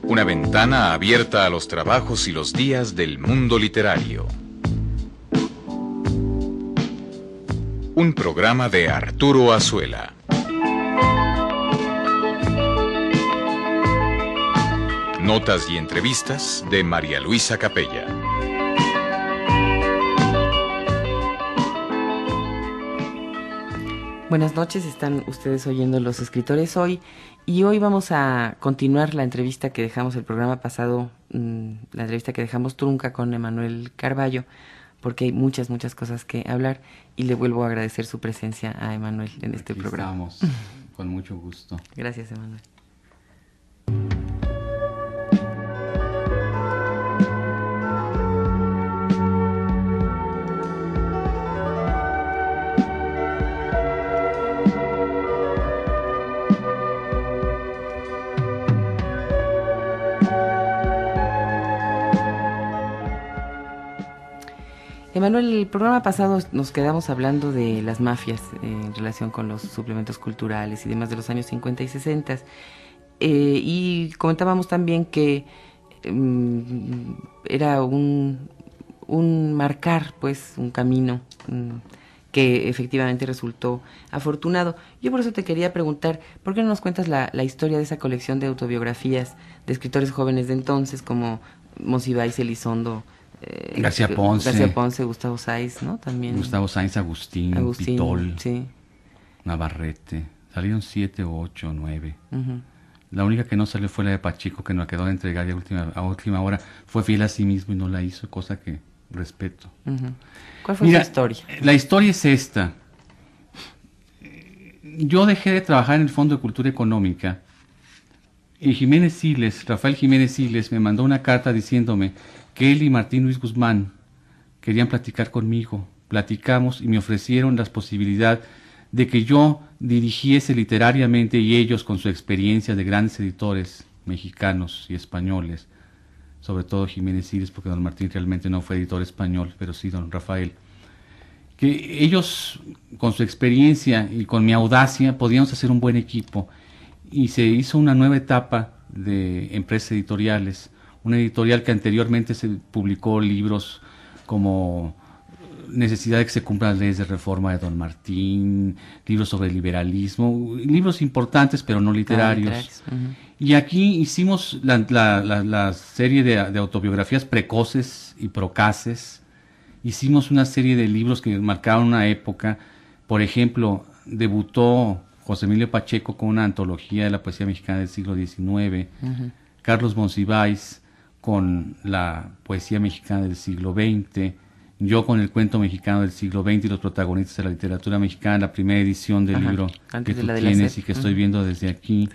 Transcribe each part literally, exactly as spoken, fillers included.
Una ventana abierta a los trabajos y los días del mundo literario. Un programa de Arturo Azuela. Notas y entrevistas de María Luisa Capella. Buenas noches, están ustedes oyendo Los Escritores Hoy, y hoy vamos a continuar la entrevista que dejamos el programa pasado, mmm, la entrevista que dejamos trunca con Emanuel Carballo, porque hay muchas, muchas cosas que hablar, y le vuelvo a agradecer su presencia a Emanuel en este Aquí programa. Estamos, con mucho gusto. Gracias, Emanuel. Emanuel, el programa pasado nos quedamos hablando de las mafias eh, en relación con los suplementos culturales y demás de los años cincuenta y sesenta, eh, y comentábamos también que um, era un, un marcar pues un camino um, que efectivamente resultó afortunado. Yo por eso te quería preguntar, ¿por qué no nos cuentas la, la historia de esa colección de autobiografías de escritores jóvenes de entonces como Monsiváis, Elizondo, Eh, García Ponce, García Ponce, Gustavo Sáenz, ¿no? También Gustavo Sáenz, Agustín, Agustín, Pitol, sí. Navarrete, salieron siete o ocho o nueve. Uh-huh. La única que no salió fue la de Pacheco, que nos quedó de entregar a última, a última hora. Fue fiel a sí mismo y no la hizo, cosa que respeto. Uh-huh. ¿Cuál fue Mira, su historia? La historia es esta. Yo dejé de trabajar en el Fondo de Cultura Económica y Jiménez Siles, Rafael Jiménez Siles, me mandó una carta diciéndome que él y Martín Luis Guzmán querían platicar conmigo. Platicamos y me ofrecieron la posibilidad de que yo dirigiese literariamente, y ellos con su experiencia de grandes editores mexicanos y españoles, sobre todo Jiménez Siles, porque don Martín realmente no fue editor español, pero sí don Rafael, que ellos con su experiencia y con mi audacia podíamos hacer un buen equipo, y se hizo una nueva etapa de empresas editoriales. Una editorial que anteriormente se publicó libros como Necesidad de que se cumplan las leyes de reforma de don Martín, libros sobre liberalismo, libros importantes pero no literarios. Ah, literarios. Uh-huh. Y aquí hicimos la, la, la, la serie de, de autobiografías precoces y procaces. Hicimos una serie de libros que marcaron una época. Por ejemplo, debutó José Emilio Pacheco con una antología de la poesía mexicana del siglo diecinueve. Uh-huh. Carlos Monsiváis con la poesía mexicana del siglo veinte, yo con el cuento mexicano del siglo veinte y los protagonistas de la literatura mexicana, la primera edición del Ajá, libro que tú tienes y que estoy viendo desde aquí.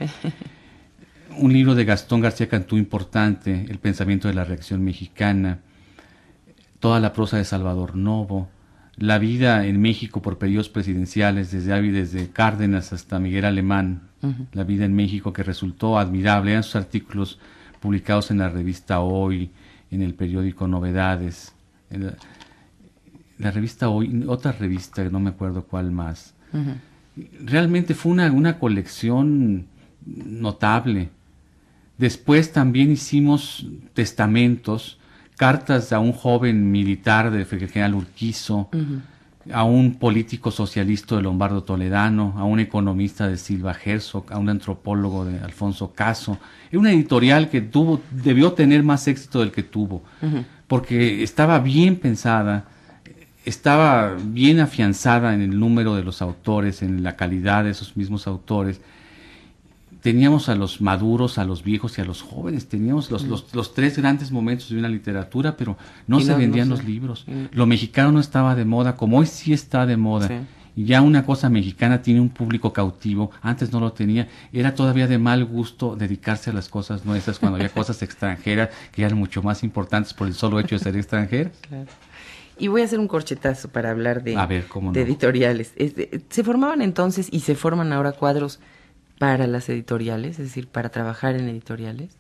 Un libro de Gastón García Cantú importante, El pensamiento de la reacción mexicana, toda la prosa de Salvador Novo, la vida en México por periodos presidenciales, desde, desde Cárdenas hasta Miguel Alemán, uh-huh. La vida en México, que resultó admirable. Eran sus artículos publicados en la revista Hoy, en el periódico Novedades, en la, la revista Hoy, otra revista, no me acuerdo cuál más. Uh-huh. Realmente fue una, una colección notable. Después también hicimos testamentos, cartas a un joven militar del general Urquizo, uh-huh. a un político socialista de Lombardo Toledano, a un economista de Silva Herzog, a un antropólogo de Alfonso Caso. Era una editorial que tuvo, debió tener más éxito del que tuvo, uh-huh. porque estaba bien pensada, estaba bien afianzada en el número de los autores, en la calidad de esos mismos autores. Teníamos a los maduros, a los viejos y a los jóvenes. Teníamos los, mm. los, los tres grandes momentos de una literatura, pero no y se no, vendían no sé. los libros. Mm. Lo mexicano no estaba de moda, como hoy sí está de moda. Sí. Y ya una cosa mexicana tiene un público cautivo. Antes no lo tenía. Era todavía de mal gusto dedicarse a las cosas nuestras cuando había cosas extranjeras que eran mucho más importantes por el solo hecho de ser extranjeras. Claro. Y voy a hacer un corchetazo para hablar de, a ver, ¿cómo no? de editoriales. Este, se formaban entonces y se forman ahora cuadros para las editoriales, es decir, para trabajar en editoriales.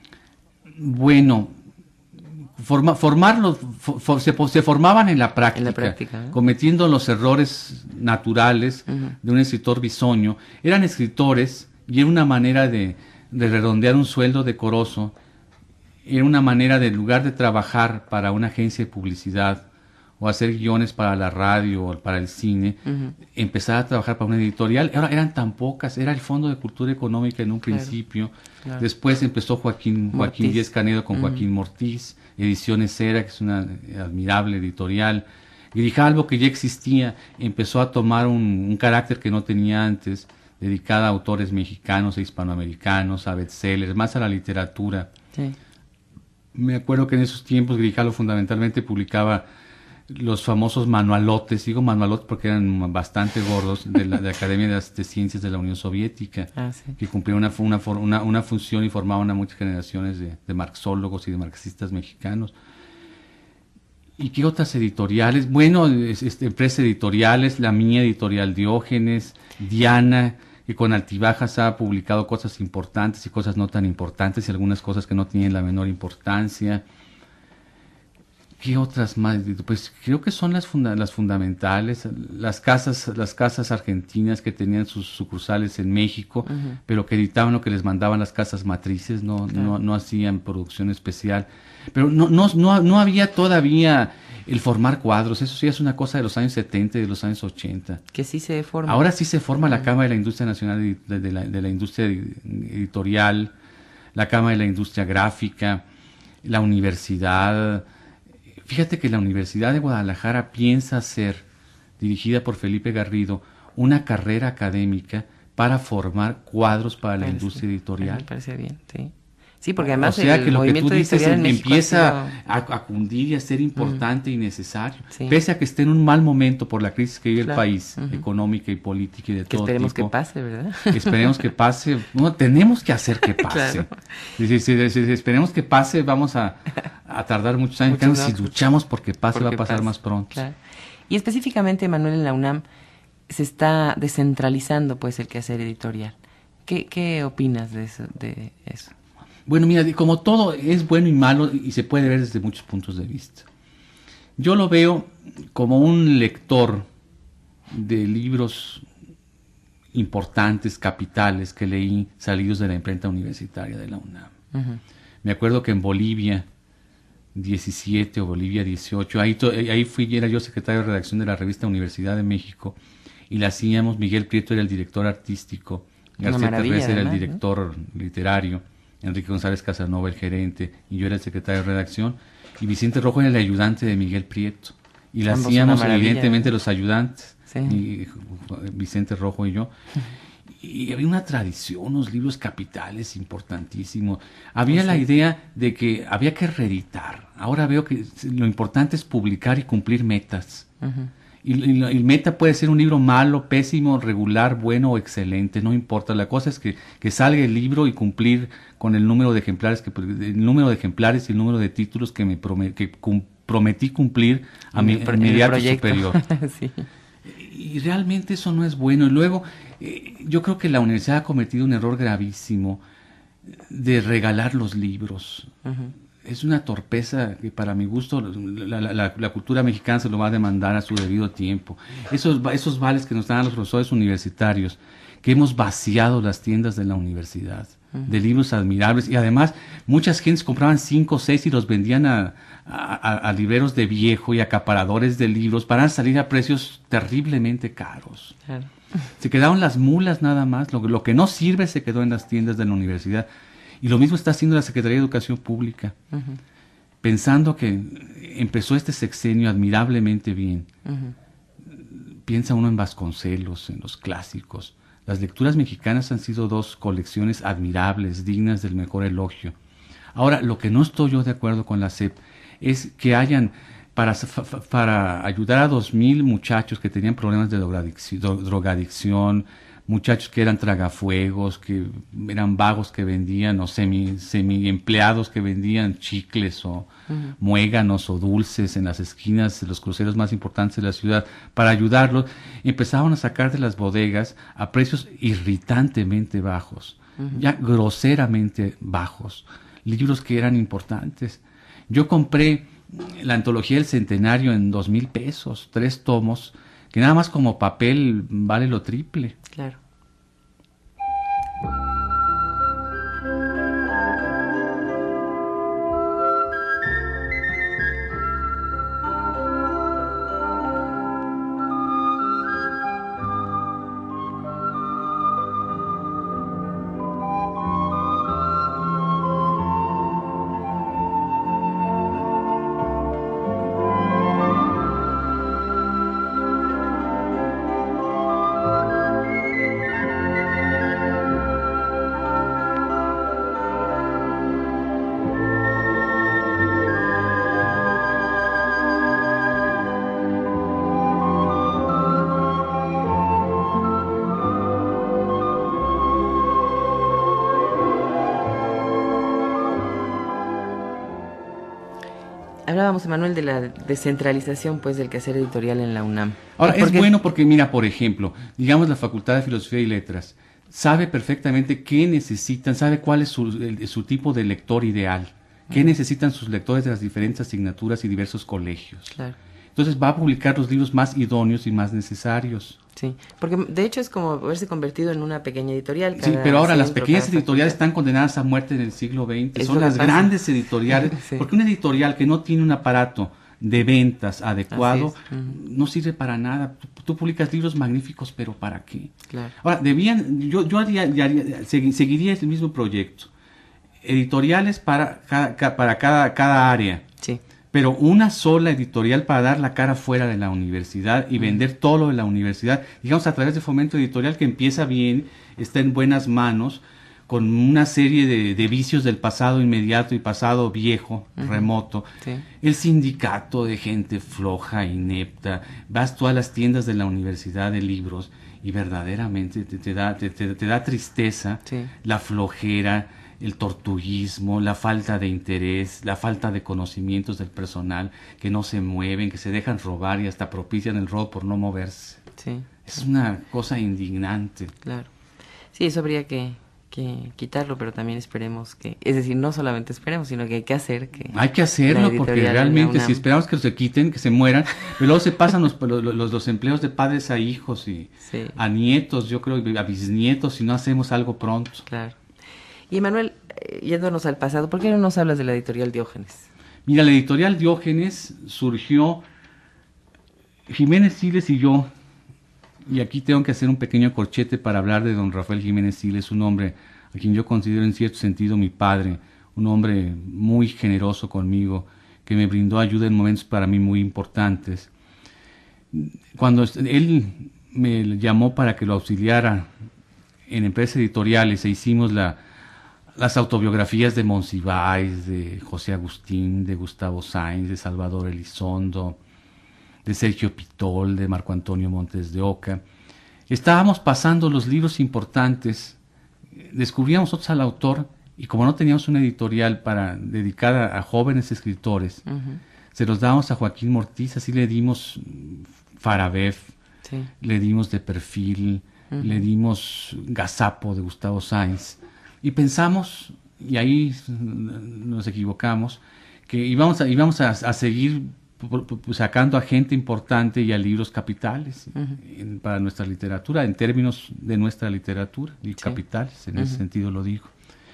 Bueno, forma, formarlos, for, for, se, se formaban en la práctica, en la práctica ¿eh? cometiendo los errores naturales uh-huh. de un escritor bisoño. Eran escritores y era una manera de, de redondear un sueldo decoroso, era una manera de, en lugar de trabajar para una agencia de publicidad o hacer guiones para la radio o para el cine, uh-huh. empezar a trabajar para una editorial. Ahora eran tan pocas, era el Fondo de Cultura Económica en un claro, principio, claro. Después empezó Joaquín, Joaquín Díez Canedo con uh-huh. Joaquín Mortiz, Ediciones Era, que es una admirable editorial. Grijalbo, que ya existía, empezó a tomar un, un carácter que no tenía antes, dedicada a autores mexicanos e hispanoamericanos, a bestsellers, más a la literatura. Sí. Me acuerdo que en esos tiempos Grijalbo fundamentalmente publicaba los famosos manualotes, digo manualotes porque eran bastante gordos, de la, de la Academia de, las, de Ciencias de la Unión Soviética, ah, sí. que cumplían una, una, una, una función y formaban a muchas generaciones de, de marxólogos y de marxistas mexicanos. ¿Y qué otras editoriales? Bueno, este, empresas editoriales, la mía, Editorial Diógenes, Diana, que con altibajas ha publicado cosas importantes y cosas no tan importantes y algunas cosas que no tienen la menor importancia. ¿Qué otras más? Pues creo que son las, funda las fundamentales, las casas, las casas argentinas que tenían sus sucursales en México, uh-huh. pero que editaban lo que les mandaban las casas matrices, no, claro. no, no hacían producción especial. Pero no, no, no, no había todavía el formar cuadros, eso sí es una cosa de los años setenta y de los años ochenta. Que sí se forma. Ahora sí se forma uh-huh. la Cámara de la Industria Nacional de, de, de, la, de la Industria Editorial, la Cámara de la Industria Gráfica, la universidad. Fíjate que la Universidad de Guadalajara piensa hacer, dirigida por Felipe Garrido, una carrera académica para formar cuadros para la parece, industria editorial. Me parece bien, sí. Sí, porque además o sea, el que lo movimiento que tú dices editorial en empieza México a, a cundir y a ser importante mm. y necesario. Sí. Pese a que esté en un mal momento por la crisis que vive claro. el país, uh-huh. económica y política y de que todo esperemos tipo. que pase, ¿verdad? Esperemos que pase. No, tenemos que hacer que pase. Claro. Si, si, si, si esperemos que pase, vamos a, a tardar muchos años. Mucho si luchamos porque pase, porque va a pasar pase. más pronto. Claro. Y específicamente, Manuel, en la UNAM se está descentralizando pues el quehacer editorial. ¿Qué, qué opinas de eso, de eso? Bueno, mira, como todo es bueno y malo y se puede ver desde muchos puntos de vista. Yo lo veo como un lector de libros importantes, capitales, que leí salidos de la imprenta universitaria de la UNAM. Uh-huh. Me acuerdo que en Bolivia diecisiete o Bolivia dieciocho, ahí, to, ahí fui, era yo secretario de redacción de la revista Universidad de México y la hacíamos, Miguel Prieto era el director artístico, García Terrés era el director ¿no? literario, Enrique González Casanova el gerente y yo era el secretario de redacción y Vicente Rojo era el ayudante de Miguel Prieto y la Ambos hacíamos evidentemente ¿no? los ayudantes, sí. y, Vicente Rojo y yo, y había una tradición, unos libros capitales importantísimos, había sí. la idea de que había que reeditar, ahora veo que lo importante es publicar y cumplir metas. Uh-huh. Y, y el meta puede ser un libro malo, pésimo, regular, bueno o excelente, no importa. La cosa es que, que salga el libro y cumplir con el número de ejemplares, que el número de ejemplares y el número de títulos que me promet, que cum, prometí cumplir a mi inmediato superior. sí. Y realmente eso no es bueno. Y luego, eh, yo creo que la universidad ha cometido un error gravísimo de regalar los libros. Uh-huh. Es una torpeza que para mi gusto la, la, la cultura mexicana se lo va a demandar a su debido tiempo. Esos, esos vales que nos dan a los profesores universitarios, que hemos vaciado las tiendas de la universidad, uh-huh. de libros admirables, y además muchas gentes compraban cinco o seis y los vendían a, a, a libreros de viejo y acaparadores de libros para salir a precios terriblemente caros. Claro. Se quedaron las mulas nada más, lo, lo que no sirve se quedó en las tiendas de la universidad. Y lo mismo está haciendo la Secretaría de Educación Pública, uh-huh. pensando que empezó este sexenio admirablemente bien. Uh-huh. Piensa uno en Vasconcelos, en los clásicos. Las lecturas mexicanas han sido dos colecciones admirables, dignas del mejor elogio. Ahora, lo que no estoy yo de acuerdo con la S E P es que hayan, para, para ayudar a dos mil muchachos que tenían problemas de drogadicción, drogadicción muchachos que eran tragafuegos, que eran vagos que vendían, o semi, semi empleados que vendían chicles o uh-huh. muéganos o dulces en las esquinas de los cruceros más importantes de la ciudad, para ayudarlos, empezaban a sacar de las bodegas a precios irritantemente bajos, uh-huh. ya groseramente bajos, libros que eran importantes. Yo compré la antología del centenario en dos mil pesos, tres tomos, que nada más como papel vale lo triple. Claro. Hablábamos, Emanuel, de la descentralización, pues, del quehacer editorial en la UNAM. Ahora, es porque... bueno porque, mira, por ejemplo, digamos la Facultad de Filosofía y Letras sabe perfectamente qué necesitan, sabe cuál es su, el, su tipo de lector ideal, qué uh-huh. necesitan sus lectores de las diferentes asignaturas y diversos colegios. Claro. Entonces va a publicar los libros más idóneos y más necesarios. Sí, porque de hecho es como haberse convertido en una pequeña editorial. Sí, pero ahora las pequeñas editoriales están condenadas a muerte en el siglo veinte. Son las grandes editoriales, sí. porque una editorial que no tiene un aparato de ventas adecuado uh-huh. no sirve para nada. Tú, tú publicas libros magníficos, pero ¿para qué? Claro. Ahora, debían, yo, yo haría, haría, seguiría el mismo proyecto. Editoriales para cada, para cada, cada área. Sí. Pero una sola editorial para dar la cara fuera de la universidad y vender todo lo de la universidad, digamos a través de Fomento Editorial, que empieza bien, está en buenas manos, con una serie de, de vicios del pasado inmediato y pasado viejo, uh-huh. remoto. Sí. El sindicato de gente floja, inepta, vas tú a las tiendas de la universidad de libros y verdaderamente te, te, da, te, te, te da tristeza, sí. la flojera, el tortuguismo, la falta de interés, la falta de conocimientos del personal, que no se mueven, que se dejan robar y hasta propician el robo por no moverse. Sí. Es una cosa indignante. Claro. Sí, eso habría que, que quitarlo, pero también esperemos que, es decir, no solamente esperemos, sino que hay que hacer que... Hay que hacerlo, porque realmente si esperamos que se quiten, que se mueran, pero luego se pasan los, los, los, los empleos de padres a hijos y sí. a nietos, yo creo, a bisnietos, si no hacemos algo pronto. Claro. Y Manuel, yéndonos al pasado, ¿por qué no nos hablas de la editorial Diógenes? Mira, la editorial Diógenes surgió, Jiménez Siles y yo, y aquí tengo que hacer un pequeño corchete para hablar de don Rafael Jiménez Siles, un hombre a quien yo considero en cierto sentido mi padre, un hombre muy generoso conmigo, que me brindó ayuda en momentos para mí muy importantes. Cuando él me llamó para que lo auxiliara en empresas editoriales e hicimos la las autobiografías de Monsiváis, de José Agustín, de Gustavo Sáenz, de Salvador Elizondo, de Sergio Pitol, de Marco Antonio Montes de Oca. Estábamos pasando los libros importantes, descubríamos nosotros al autor y como no teníamos una editorial para dedicada a jóvenes escritores, uh-huh. se los dábamos a Joaquín Mortiz, así le dimos Farabev, sí. le dimos De Perfil, uh-huh. le dimos Gazapo de Gustavo Sáenz. Y pensamos, y ahí nos equivocamos, que íbamos a, íbamos a, a seguir sacando a gente importante y a libros capitales uh-huh. en, para nuestra literatura, en términos de nuestra literatura, y sí. capitales, en uh-huh. ese sentido lo digo.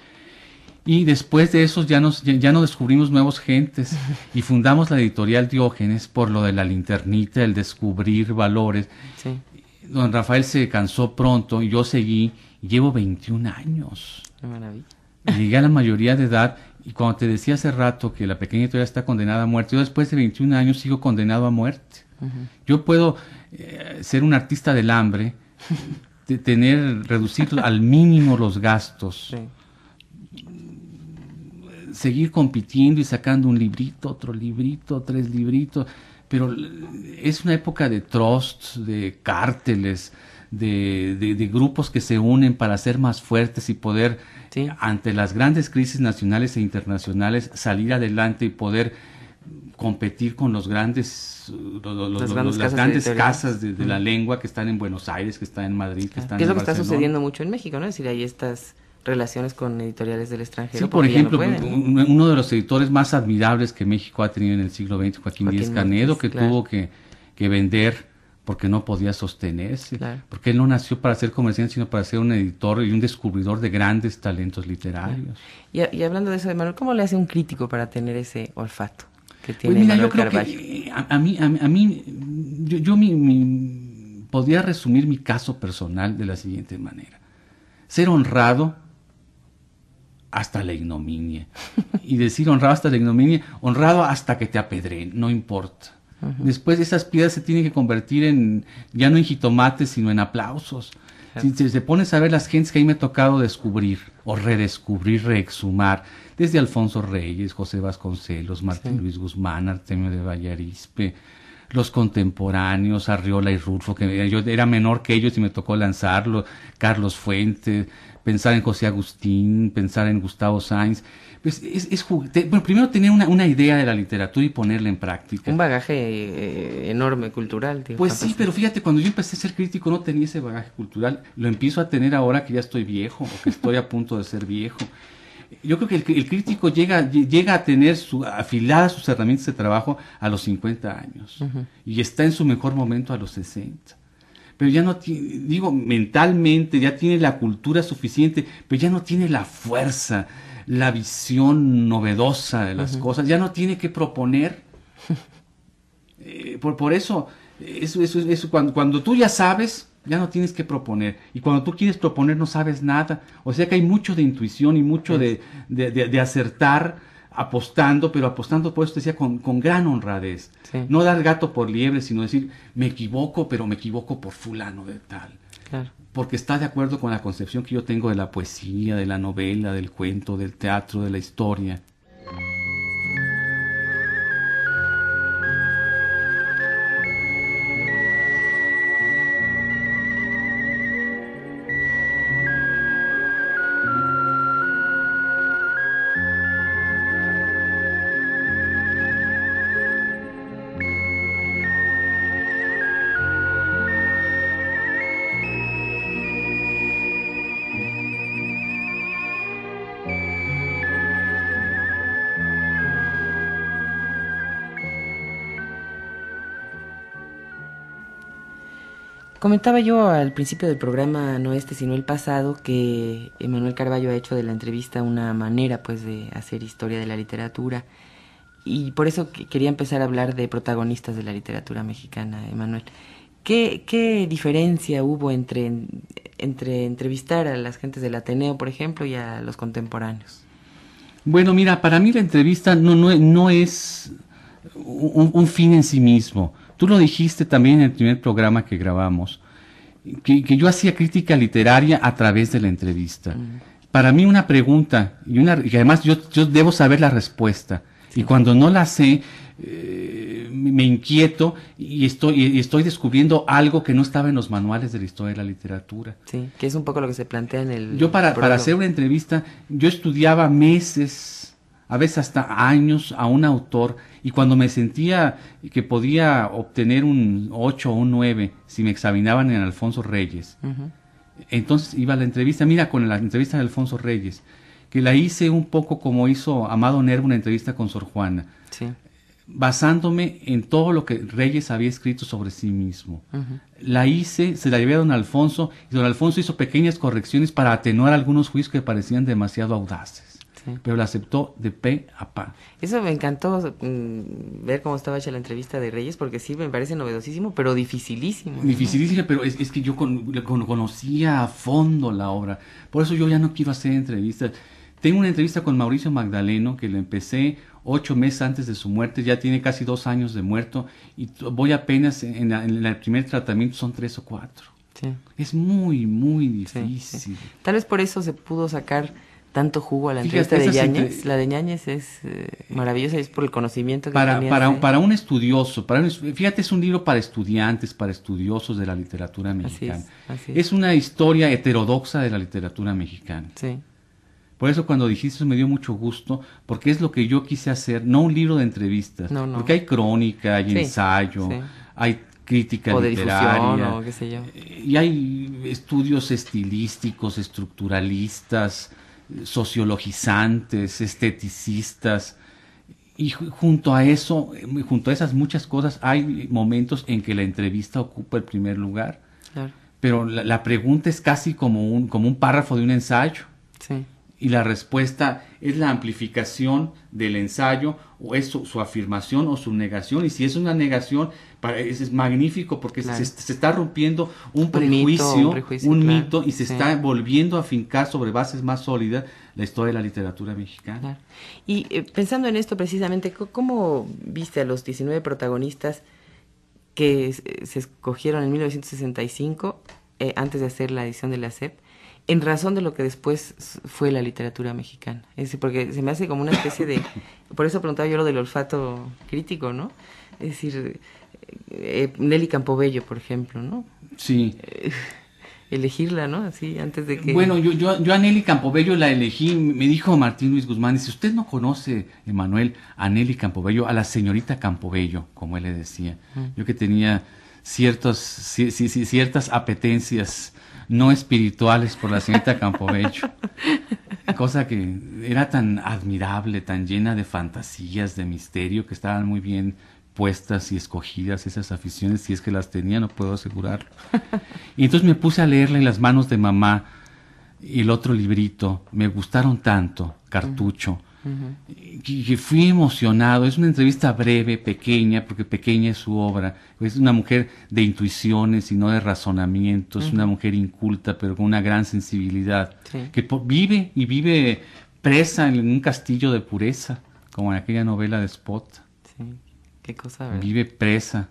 Y después de eso ya nos, ya, ya nos descubrimos nuevos gentes y fundamos la editorial Diógenes por lo de la linternita, el descubrir valores. Sí. Don Rafael se cansó pronto y yo seguí, y llevo veintiún años. Qué maravilla. Llegué a la mayoría de edad y cuando te decía hace rato que la pequeña editorial está condenada a muerte, yo después de veintiún años sigo condenado a muerte. Uh-huh. Yo puedo eh, ser un artista del hambre, de tener, reducir al mínimo los gastos, sí. seguir compitiendo y sacando un librito, otro librito, tres libritos, pero es una época de trusts, de cárteles, De, de, de grupos que se unen para ser más fuertes y poder, sí. ante las grandes crisis nacionales e internacionales, salir adelante y poder competir con los grandes, los, los, las los, grandes las casas, grandes de, casas de, de mm. la lengua que están en Buenos Aires, que están en Madrid, que están en Barcelona. ¿Qué es lo que está sucediendo mucho en México, no? Es decir, hay estas relaciones con editoriales del extranjero. Sí, por ejemplo, no uno de los editores más admirables que México ha tenido en el siglo veinte, Joaquín, Joaquín Díaz Canedo, Montes, que claro. tuvo que, que vender porque no podía sostenerse, claro. porque él no nació para ser comerciante, sino para ser un editor y un descubridor de grandes talentos literarios. Claro. Y, y hablando de eso, Manuel, ¿cómo le hace un crítico para tener ese olfato que tiene pues mira, Manuel yo creo Carballo? Que a, a mí, a, a mí yo, yo mi, mi, podría resumir mi caso personal de la siguiente manera. Ser honrado hasta la ignominia. Y decir honrado hasta la ignominia, honrado hasta que te apedreen, no importa. Uh-huh. Después esas piedras se tienen que convertir en, ya no en jitomates, sino en aplausos. Si, si se pones a ver las gentes que ahí me ha tocado descubrir, o redescubrir, reexhumar, desde Alfonso Reyes, José Vasconcelos, Martín sí. Luis Guzmán, Artemio de Vallarispe, los contemporáneos, Arriola y Rulfo, que yo era menor que ellos y me tocó lanzarlo, Carlos Fuentes, pensar en José Agustín, pensar en Gustavo Sainz. Pues es, es te, bueno, primero tener una, una idea de la literatura y ponerla en práctica. Un bagaje eh, enorme cultural. Tío, pues sí, pero fíjate, cuando yo empecé a ser crítico no tenía ese bagaje cultural. Lo empiezo a tener ahora que ya estoy viejo o que estoy a punto de ser viejo. Yo creo que el, el crítico llega, llega a tener su, afiladas sus herramientas de trabajo a los cincuenta años. Uh-huh. Y está en su mejor momento a los sesenta. Pero ya no tiene, digo, mentalmente ya tiene la cultura suficiente, pero ya no tiene la fuerza, la visión novedosa de las uh-huh. cosas, ya no tiene que proponer. eh, por, por eso, eso, eso, eso cuando, cuando tú ya sabes, ya no tienes que proponer. Y cuando tú quieres proponer no sabes nada. O sea que hay mucho de intuición y mucho de, de, de, de acertar apostando, pero apostando, por eso te decía, con, con gran honradez. Sí. No dar gato por liebre, sino decir, me equivoco, pero me equivoco por fulano de tal. Claro. Porque está de acuerdo con la concepción que yo tengo de la poesía, de la novela, del cuento, del teatro, de la historia. Comentaba yo al principio del programa, no este sino el pasado, que Emanuel Carballo ha hecho de la entrevista una manera pues de hacer historia de la literatura, y por eso quería empezar a hablar de protagonistas de la literatura mexicana, Emanuel. ¿Qué, qué diferencia hubo entre, entre entrevistar a las gentes del Ateneo, por ejemplo, y a los contemporáneos? Bueno, mira, para mí la entrevista no, no, no es un, un fin en sí mismo. Tú lo dijiste también en el primer programa que grabamos, que, que yo hacía crítica literaria a través de la entrevista. Uh-huh. Para mí una pregunta, y, una, y además yo, yo debo saber la respuesta, sí. Y cuando no la sé, eh, me inquieto y estoy, y estoy descubriendo algo que no estaba en los manuales de la historia de la literatura. Sí, que es un poco lo que se plantea en el... Yo para, para hacer una entrevista, yo estudiaba meses, a veces hasta años, a un autor, y cuando me sentía que podía obtener un ocho o un nueve si me examinaban en Alfonso Reyes, uh-huh. entonces iba a la entrevista. Mira, con la entrevista de Alfonso Reyes, que la hice un poco como hizo Amado Nervo una entrevista con Sor Juana, sí. basándome en todo lo que Reyes había escrito sobre sí mismo. Uh-huh. La hice, se la llevé a don Alfonso, y don Alfonso hizo pequeñas correcciones para atenuar algunos juicios que parecían demasiado audaces. Sí. Pero la aceptó de pe a pa. Eso me encantó, mmm, ver cómo estaba hecha la entrevista de Reyes, porque sí me parece novedosísimo, pero dificilísimo. Dificilísimo, ¿no? Pero es, es que yo con, con, conocía a fondo la obra. Por eso yo ya no quiero hacer entrevistas. Tengo una entrevista con Mauricio Magdaleno, que la empecé ocho meses antes de su muerte, ya tiene casi dos años de muerto, y voy apenas en, la, en el primer tratamiento, son tres o cuatro. Sí. Es muy, muy difícil. Sí, sí. Tal vez por eso se pudo sacar tanto jugo a la entrevista de Yáñez. Entre... La de Yáñez es eh, maravillosa, es por el conocimiento que para, tenía. Para, de... para un estudioso, para un, fíjate, es un libro para estudiantes, para estudiosos de la literatura mexicana. Así es, así es. Es una historia heterodoxa de la literatura mexicana. Sí. Por eso cuando dijiste eso me dio mucho gusto, porque es lo que yo quise hacer, no un libro de entrevistas, no, no. Porque hay crónica, hay sí, ensayo, sí. hay crítica o literaria, de difusión, o qué sé yo. Y hay estudios estilísticos, estructuralistas, sociologizantes, esteticistas, y junto a eso, junto a esas muchas cosas, hay momentos en que la entrevista ocupa el primer lugar. Claro. Pero la, la pregunta es casi como un, como un párrafo de un ensayo. Sí. Y la respuesta es la amplificación del ensayo, o es su, su afirmación o su negación. Y si es una negación, para, es, es magnífico, porque claro. se, se está rompiendo un, un prejuicio, mito, un, prejuicio, un claro. mito, y se sí. está volviendo a fincar sobre bases más sólidas la historia de la literatura mexicana. Claro. Y eh, pensando en esto precisamente, ¿cómo viste a los diecinueve protagonistas que se escogieron en mil novecientos sesenta y cinco, eh, antes de hacer la edición de la S E P, en razón de lo que después fue la literatura mexicana? Es decir, porque se me hace como una especie de... Por eso preguntaba yo lo del olfato crítico, ¿no? Es decir, eh, Nelly Campobello, por ejemplo, ¿no? Sí. Eh, elegirla, ¿no? Así, antes de que... Bueno, yo, yo, yo a Nelly Campobello la elegí, me dijo Martín Luis Guzmán, si usted no conoce, Emanuel, a Nelly Campobello, a la señorita Campobello, como él le decía, mm. yo que tenía ciertos, ci, ci, ciertas apetencias no espirituales por la señorita Campobello, cosa que era tan admirable, tan llena de fantasías, de misterio, que estaban muy bien puestas y escogidas esas aficiones, si es que las tenía, no puedo asegurarlo. Y entonces me puse a leerla en Las manos de mamá y el otro librito, me gustaron tanto, Cartucho, uh-huh. que, que fui emocionado. Es una entrevista breve, pequeña, porque pequeña es su obra. Es una mujer de intuiciones y no de razonamientos, uh-huh. una mujer inculta, pero con una gran sensibilidad, sí. que po- vive y vive presa en un castillo de pureza, como en aquella novela de Spot. Sí. Qué cosa, ¿verdad? Vive presa.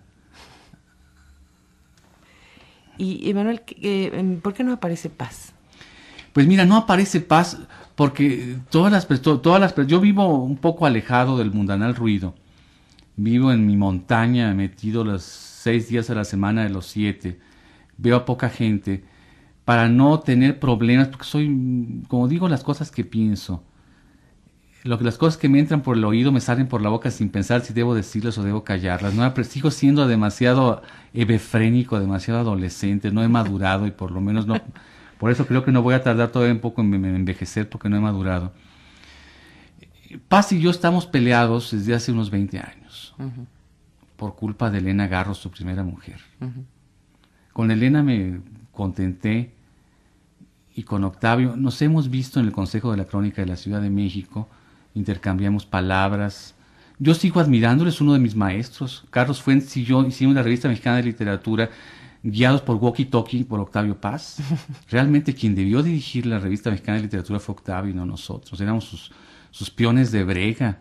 Y, Emanuel, eh, ¿por qué no aparece paz? Pues mira, no aparece paz porque todas las todas las yo vivo un poco alejado del mundanal ruido. Vivo en mi montaña, metido los seis días a la semana de los siete. Veo a poca gente para no tener problemas, porque soy, como digo, las cosas que pienso. Lo que las cosas que me entran por el oído me salen por la boca sin pensar si debo decirlas o debo callarlas. No, pero sigo siendo demasiado hebefrénico, demasiado adolescente, no he madurado y por lo menos no, por eso creo que no voy a tardar todavía un poco en envejecer porque no he madurado. Paz y yo estamos peleados desde hace unos veinte años, uh-huh. por culpa de Elena Garro, su primera mujer. Uh-huh. Con Elena me contenté y con Octavio nos hemos visto en el Consejo de la Crónica de la Ciudad de México. Intercambiamos palabras. Yo sigo admirándoles, uno de mis maestros. Carlos Fuentes y yo hicimos la Revista Mexicana de Literatura, guiados por Walkie Talkie, por Octavio Paz. Realmente quien debió dirigir la Revista Mexicana de Literatura fue Octavio y no nosotros. Éramos sus, sus peones de brega,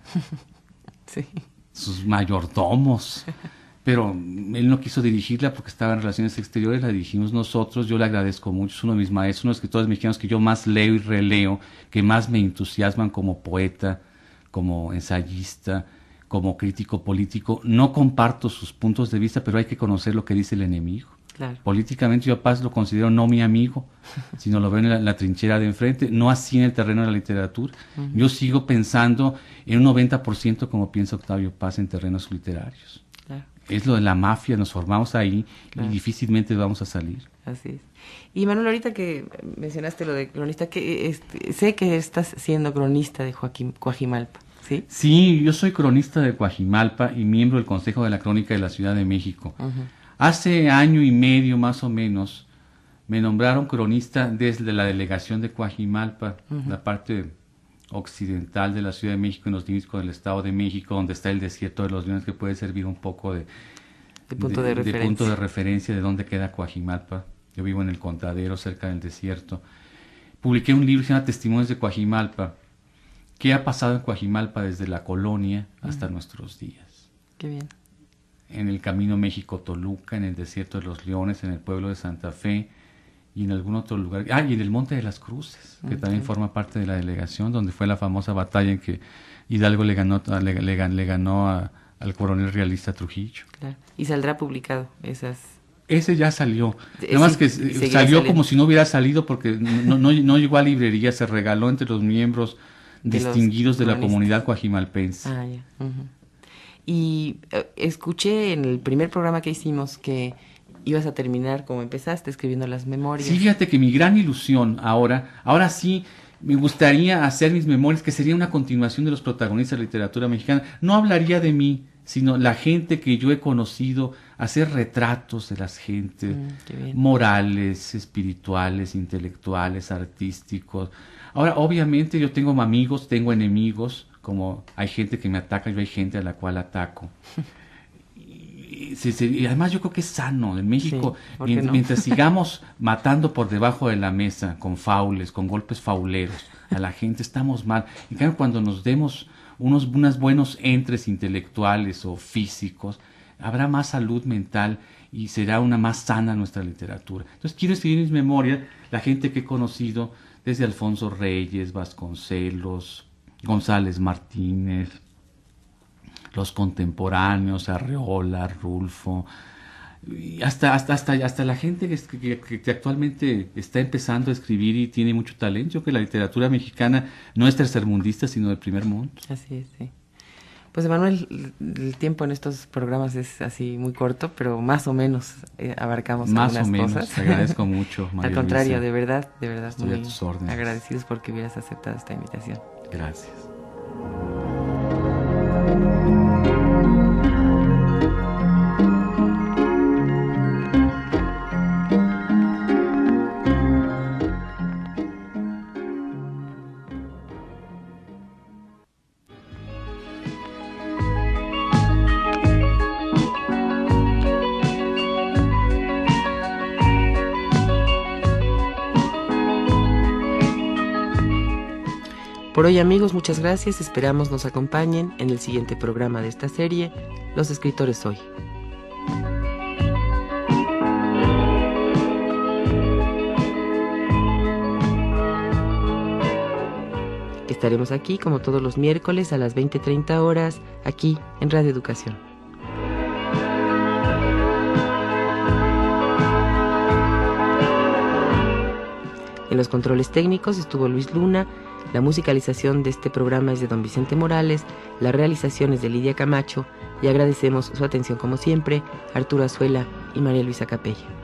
sí. sus mayordomos. Pero él no quiso dirigirla porque estaba en Relaciones Exteriores, la dirigimos nosotros. Yo le agradezco mucho, es uno de mis maestros, uno de los escritores mexicanos que yo más leo y releo, que más me entusiasman como poeta, como ensayista, como crítico político. No comparto sus puntos de vista, pero hay que conocer lo que dice el enemigo. Claro. Políticamente yo a Paz lo considero no mi amigo, sino lo veo en la, en la trinchera de enfrente, no así en el terreno de la literatura. Uh-huh. Yo sigo pensando en un noventa por ciento como piensa Octavio Paz en terrenos literarios. Claro. Es lo de la mafia, nos formamos ahí, claro. y difícilmente vamos a salir. Así es. Y Manuel, ahorita que mencionaste lo de cronista, que este, sé que estás siendo cronista de Joaquim, Coajimalpa, ¿sí? Sí, yo soy cronista de Coajimalpa y miembro del Consejo de la Crónica de la Ciudad de México. Uh-huh. Hace año y medio más o menos me nombraron cronista desde la delegación de Coajimalpa, uh-huh. la parte occidental de la Ciudad de México, en los límites con el Estado de México, donde está el desierto de los Leones, que puede servir un poco de, de, punto, de, de, referencia. de punto de referencia de dónde queda Coajimalpa. Yo vivo en el Contadero, cerca del desierto. Publiqué un libro que se llama Testimonios de Coajimalpa. ¿Qué ha pasado en Coajimalpa desde la colonia hasta uh-huh. nuestros días? Qué bien. En el camino México-Toluca, en el desierto de los Leones, en el pueblo de Santa Fe, y en algún otro lugar, ah, y en el Monte de las Cruces, que okay. también forma parte de la delegación, donde fue la famosa batalla en que Hidalgo le ganó, le, le, le ganó a, al coronel realista Trujillo. Claro. Y saldrá publicado esas... Ese ya salió, además sí, que salió saliendo. Como si no hubiera salido, porque no, no, no llegó a librería, se regaló entre los miembros de distinguidos de la comunidad coajimalpense. Ah, ya. Uh-huh. Y uh, escuché en el primer programa que hicimos que ibas a terminar como empezaste, escribiendo las memorias. Sí, fíjate que mi gran ilusión ahora, ahora sí me gustaría hacer mis memorias, que sería una continuación de los protagonistas de la literatura mexicana. No hablaría de mí, sino la gente que yo he conocido, hacer retratos de las gentes, mm, morales, espirituales, intelectuales, artísticos. Ahora, obviamente yo tengo amigos, tengo enemigos, como hay gente que me ataca, yo hay gente a la cual ataco. Sí, sí, y además yo creo que es sano en México, sí, mientras, no? mientras sigamos matando por debajo de la mesa con faules, con golpes fauleros a la gente, estamos mal. En cambio, cuando nos demos unos, unos buenos entres intelectuales o físicos, habrá más salud mental y será una más sana nuestra literatura. Entonces quiero escribir mis memorias, la gente que he conocido, desde Alfonso Reyes, Vasconcelos, González Martínez, los contemporáneos, Arreola, Rulfo, Y hasta, hasta, hasta, hasta la gente que, que, que actualmente está empezando a escribir y tiene mucho talento, que la literatura mexicana no es tercermundista, sino del primer mundo. Así es, sí. Pues Emanuel, el tiempo en estos programas es así muy corto, pero más o menos eh, abarcamos más algunas o menos. cosas. Te agradezco mucho, María Al contrario, Luisa. de verdad, de verdad, Estoy muy a tus órdenes. agradecidos porque hubieras aceptado esta invitación. Gracias. Por hoy, amigos, muchas gracias. Esperamos nos acompañen en el siguiente programa de esta serie, Los Escritores Hoy. Estaremos aquí como todos los miércoles a las veinte treinta horas, aquí en Radio Educación. En los controles técnicos estuvo Luis Luna. La musicalización de este programa es de don Vicente Morales, la realización es de Lidia Camacho y agradecemos su atención como siempre, Arturo Azuela y María Luisa Capella.